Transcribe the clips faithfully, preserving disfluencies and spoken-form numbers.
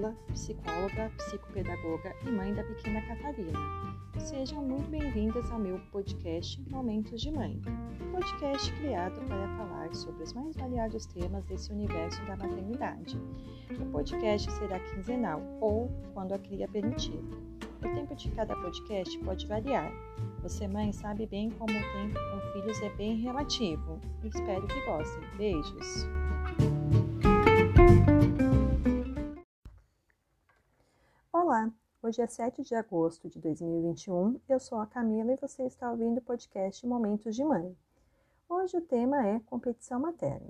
Camila, psicóloga, psicopedagoga e mãe da pequena Catarina. Sejam muito bem-vindas ao meu podcast Momentos de Mãe, um podcast criado para falar sobre os mais variados temas desse universo da maternidade. O podcast será quinzenal ou quando a cria permitir. O tempo de cada podcast pode variar. Você, mãe, sabe bem como o tempo com filhos é bem relativo. Espero que gostem. Beijos! Olá, hoje é sete de agosto de dois mil e vinte e um, eu sou a Camila e você está ouvindo o podcast Momentos de Mãe. Hoje o tema é competição materna.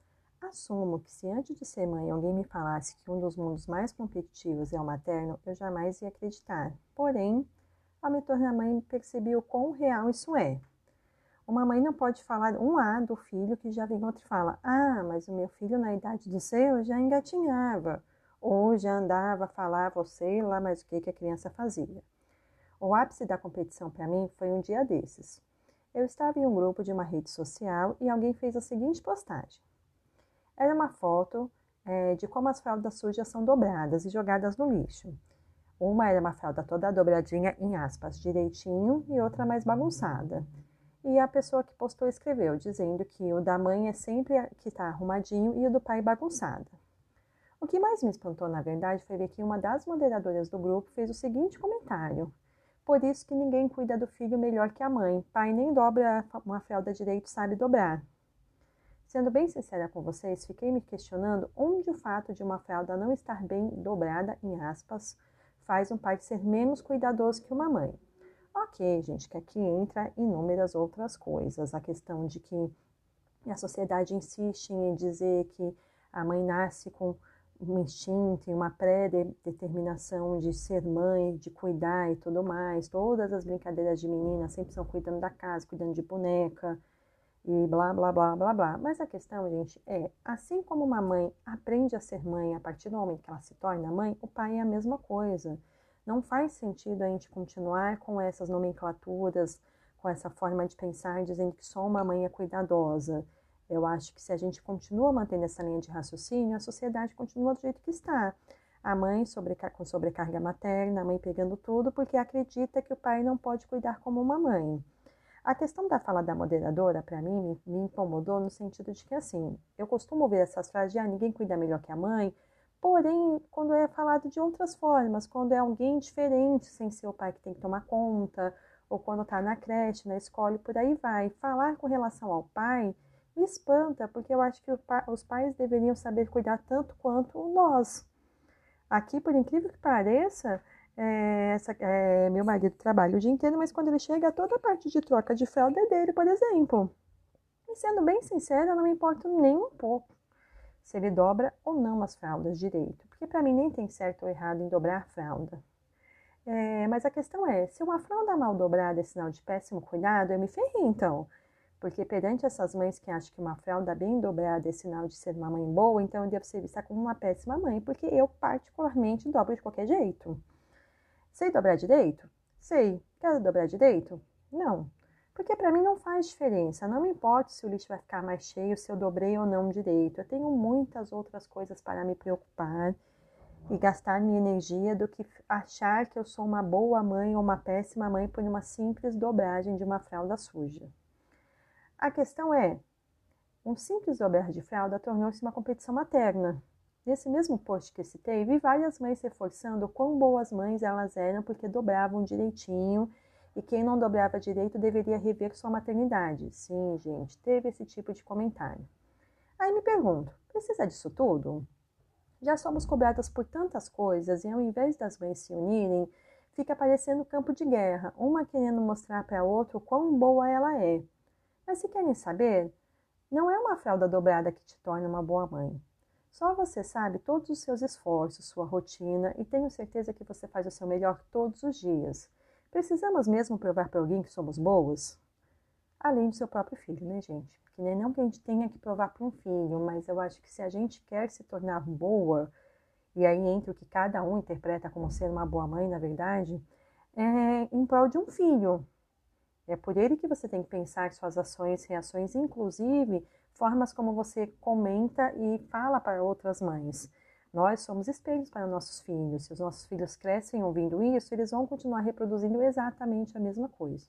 Assumo que se antes de ser mãe alguém me falasse que um dos mundos mais competitivos é o materno, eu jamais ia acreditar. Porém, ao me tornar mãe, percebi o quão real isso é. Uma mãe não pode falar um A do filho que já vem outro e fala: ah, mas o meu filho na idade do seu já engatinhava. Ou já andava, falava, ou sei lá mais o que, que a criança fazia. O ápice da competição para mim foi um dia desses. Eu estava em um grupo de uma rede social e alguém fez a seguinte postagem. Era uma foto é, de como as fraldas sujas são dobradas e jogadas no lixo. Uma era uma fralda toda dobradinha, em aspas, direitinho, e outra mais bagunçada. E a pessoa que postou escreveu, dizendo que o da mãe é sempre que está arrumadinho e o do pai bagunçada. O que mais me espantou, na verdade, foi ver que uma das moderadoras do grupo fez o seguinte comentário. Por isso que ninguém cuida do filho melhor que a mãe. Pai nem dobra uma fralda direito, sabe dobrar. Sendo bem sincera com vocês, fiquei me questionando onde o fato de uma fralda não estar bem dobrada, em aspas, faz um pai ser menos cuidadoso que uma mãe. Ok, gente, que aqui entra inúmeras outras coisas. A questão de que a sociedade insiste em dizer que a mãe nasce com um instinto e uma pré-determinação de ser mãe, de cuidar e tudo mais. Todas as brincadeiras de menina sempre são cuidando da casa, cuidando de boneca e blá, blá, blá, blá, blá. Mas a questão, gente, é, assim como uma mãe aprende a ser mãe a partir do momento que ela se torna mãe, o pai é a mesma coisa. Não faz sentido a gente continuar com essas nomenclaturas, com essa forma de pensar, dizendo que só uma mãe é cuidadosa. Eu acho que se a gente continua mantendo essa linha de raciocínio, a sociedade continua do jeito que está. A mãe sobrecar- com sobrecarga materna, a mãe pegando tudo, porque acredita que o pai não pode cuidar como uma mãe. A questão da fala da moderadora, para mim, me, me incomodou no sentido de que, assim, eu costumo ouvir essas frases de ah, ninguém cuida melhor que a mãe, porém, quando é falado de outras formas, quando é alguém diferente, sem ser o pai que tem que tomar conta, ou quando está na creche, na escola, e por aí vai. Falar com relação ao pai me espanta, porque eu acho que os pais deveriam saber cuidar tanto quanto nós. Aqui, por incrível que pareça, é, essa, é, meu marido trabalha o dia inteiro, mas quando ele chega, toda a parte de troca de fralda é dele, por exemplo. E sendo bem sincera, eu não me importo nem um pouco se ele dobra ou não as fraldas direito, porque para mim nem tem certo ou errado em dobrar a fralda. É, mas a questão é, se uma fralda mal dobrada é sinal de péssimo cuidado, eu me ferrei então. Porque perante essas mães que acham que uma fralda bem dobrada é sinal de ser uma mãe boa, então eu devo ser vista como uma péssima mãe, porque eu particularmente dobro de qualquer jeito. Sei dobrar direito? Sei. Quero dobrar direito? Não. Porque para mim não faz diferença. Não me importa se o lixo vai ficar mais cheio, se eu dobrei ou não direito. Eu tenho muitas outras coisas para me preocupar e gastar minha energia do que achar que eu sou uma boa mãe ou uma péssima mãe por uma simples dobragem de uma fralda suja. A questão é, um simples dobrar de fralda tornou-se uma competição materna. Nesse mesmo post que eu citei, vi várias mães reforçando o quão boas mães elas eram porque dobravam direitinho e quem não dobrava direito deveria rever sua maternidade. Sim, gente, teve esse tipo de comentário. Aí me pergunto, precisa disso tudo? Já somos cobradas por tantas coisas e ao invés das mães se unirem, fica parecendo campo de guerra, uma querendo mostrar para a outra o quão boa ela é. Mas se querem saber, não é uma fralda dobrada que te torna uma boa mãe. Só você sabe todos os seus esforços, sua rotina e tenho certeza que você faz o seu melhor todos os dias. Precisamos mesmo provar para alguém que somos boas? Além do seu próprio filho, né, gente? Porque nem não que a gente tenha que provar para um filho, mas eu acho que se a gente quer se tornar boa, e aí entra o que cada um interpreta como ser uma boa mãe, na verdade, é em prol de um filho. É por ele que você tem que pensar suas ações, reações, inclusive formas como você comenta e fala para outras mães. Nós somos espelhos para nossos filhos. Se os nossos filhos crescem ouvindo isso, eles vão continuar reproduzindo exatamente a mesma coisa.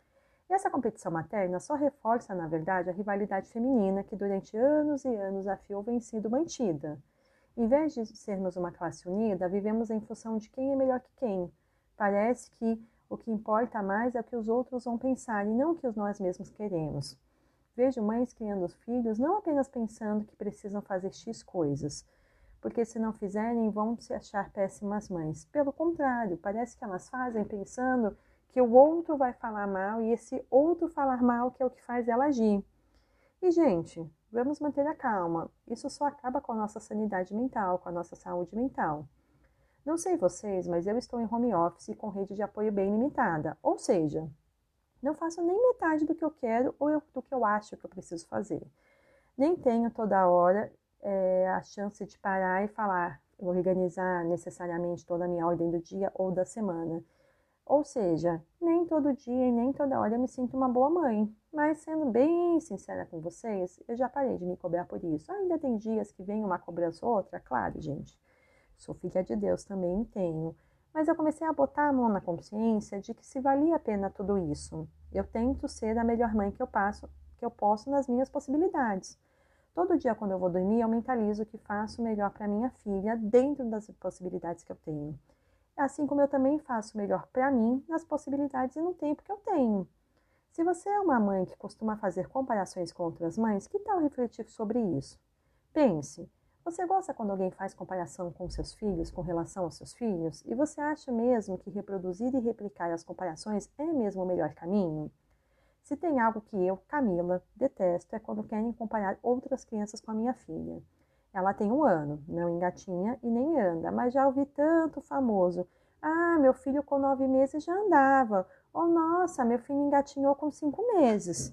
E essa competição materna só reforça, na verdade, a rivalidade feminina que durante anos e anos a fio vem sendo mantida. Em vez de sermos uma classe unida, vivemos em função de quem é melhor que quem. Parece que o que importa mais é o que os outros vão pensar e não o que nós mesmos queremos. Vejo mães criando filhos não apenas pensando que precisam fazer X coisas, porque se não fizerem vão se achar péssimas mães. Pelo contrário, parece que elas fazem pensando que o outro vai falar mal e esse outro falar mal que é o que faz ela agir. E, gente, vamos manter a calma. Isso só acaba com a nossa sanidade mental, com a nossa saúde mental. Não sei vocês, mas eu estou em home office com rede de apoio bem limitada. Ou seja, não faço nem metade do que eu quero ou do que eu acho que eu preciso fazer. Nem tenho toda hora é, a chance de parar e falar, organizar necessariamente toda a minha ordem do dia ou da semana. Ou seja, nem todo dia e nem toda hora eu me sinto uma boa mãe. Mas sendo bem sincera com vocês, eu já parei de me cobrar por isso. Ainda tem dias que vem uma cobrança ou outra, claro, gente. Sou filha de Deus, também tenho. Mas eu comecei a botar a mão na consciência de que se valia a pena tudo isso. Eu tento ser a melhor mãe que eu, passo, que eu posso nas minhas possibilidades. Todo dia quando eu vou dormir, eu mentalizo que faço o melhor para minha filha dentro das possibilidades que eu tenho. Assim como eu também faço o melhor para mim nas possibilidades e no tempo que eu tenho. Se você é uma mãe que costuma fazer comparações com outras mães, que tal refletir sobre isso? Pense, você gosta quando alguém faz comparação com seus filhos, com relação aos seus filhos? E você acha mesmo que reproduzir e replicar as comparações é mesmo o melhor caminho? Se tem algo que eu, Camila, detesto é quando querem comparar outras crianças com a minha filha. Ela tem um ano, não engatinha e nem anda, mas já ouvi tanto famoso. Ah, meu filho com nove meses já andava. Oh, nossa, meu filho engatinhou com cinco meses.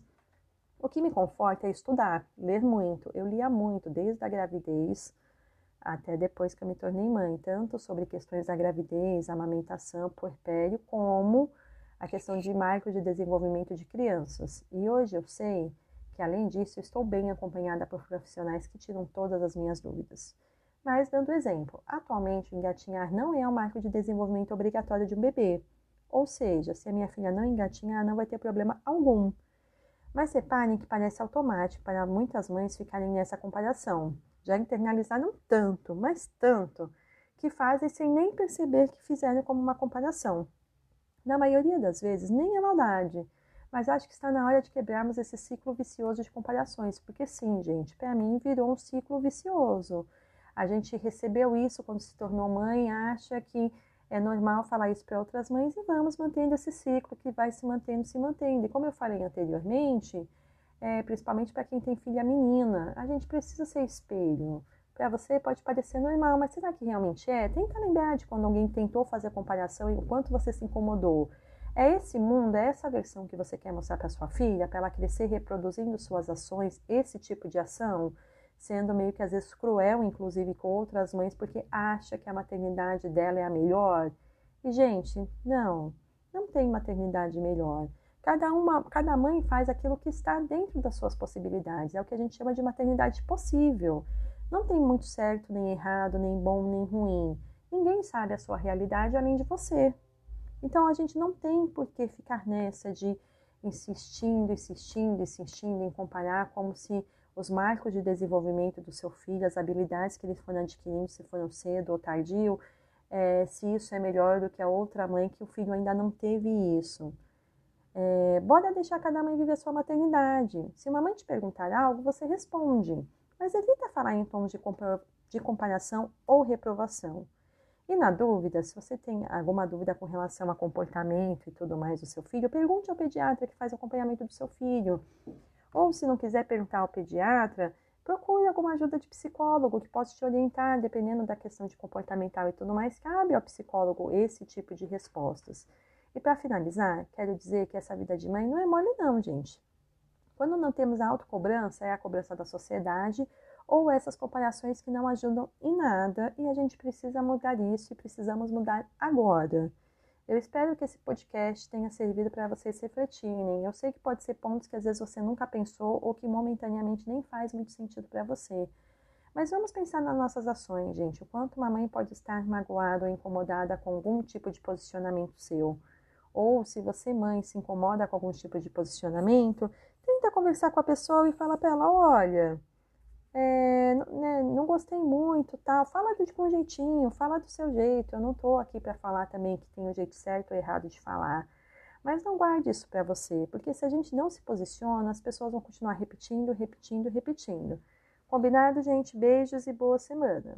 O que me conforta é estudar, ler muito. Eu lia muito, desde a gravidez até depois que eu me tornei mãe, tanto sobre questões da gravidez, amamentação, puerpério, como a questão de marco de desenvolvimento de crianças. E hoje eu sei que, além disso, estou bem acompanhada por profissionais que tiram todas as minhas dúvidas. Mas, dando exemplo, atualmente engatinhar não é um marco de desenvolvimento obrigatório de um bebê. Ou seja, se a minha filha não engatinhar, não vai ter problema algum. Mas reparem que parece automático para muitas mães ficarem nessa comparação. Já internalizaram tanto, mas tanto, que fazem sem nem perceber que fizeram como uma comparação. Na maioria das vezes, nem é maldade, mas acho que está na hora de quebrarmos esse ciclo vicioso de comparações, porque sim, gente, para mim virou um ciclo vicioso. A gente recebeu isso quando se tornou mãe, acha que é normal falar isso para outras mães e vamos mantendo esse ciclo que vai se mantendo, se mantendo. E como eu falei anteriormente, é, principalmente para quem tem filha menina, a gente precisa ser espelho. Para você pode parecer normal, mas será que realmente é? Tenta lembrar de quando alguém tentou fazer a comparação e o quanto você se incomodou. É esse mundo, é essa versão que você quer mostrar para sua filha, para ela crescer reproduzindo suas ações, esse tipo de ação, sendo meio que às vezes cruel, inclusive com outras mães, porque acha que a maternidade dela é a melhor. E, gente, não, não tem maternidade melhor. Cada, uma, cada mãe faz aquilo que está dentro das suas possibilidades. É o que a gente chama de maternidade possível. Não tem muito certo, nem errado, nem bom, nem ruim. Ninguém sabe a sua realidade além de você. Então, a gente não tem por que ficar nessa de insistindo, insistindo, insistindo em comparar como se os marcos de desenvolvimento do seu filho, as habilidades que eles foram adquirindo, se foram cedo ou tardio, é, se isso é melhor do que a outra mãe que o filho ainda não teve isso. É, bora deixar cada mãe viver sua maternidade. Se uma mãe te perguntar algo, você responde. Mas evita falar em tons de, de comparação ou reprovação. E na dúvida, se você tem alguma dúvida com relação a comportamento e tudo mais do seu filho, pergunte ao pediatra que faz o acompanhamento do seu filho. Ou se não quiser perguntar ao pediatra, procure alguma ajuda de psicólogo que possa te orientar, dependendo da questão de comportamental e tudo mais, cabe ao psicólogo esse tipo de respostas. E para finalizar, quero dizer que essa vida de mãe não é mole não, gente. Quando não temos a autocobrança, é a cobrança da sociedade ou essas comparações que não ajudam em nada e a gente precisa mudar isso e precisamos mudar agora. Eu espero que esse podcast tenha servido para vocês refletirem. Eu sei que pode ser pontos que às vezes você nunca pensou ou que momentaneamente nem faz muito sentido para você. Mas vamos pensar nas nossas ações, gente. O quanto uma mãe pode estar magoada ou incomodada com algum tipo de posicionamento seu. Ou se você, mãe, se incomoda com algum tipo de posicionamento, tenta conversar com a pessoa e fala para ela, olha, é, né, não gostei muito, tal. Fala de um jeitinho, fala do seu jeito. Eu não tô aqui para falar também que tem o jeito certo ou errado de falar. Mas não guarde isso para você, porque se a gente não se posiciona, as pessoas vão continuar repetindo, repetindo, repetindo. Combinado, gente? Beijos e boa semana!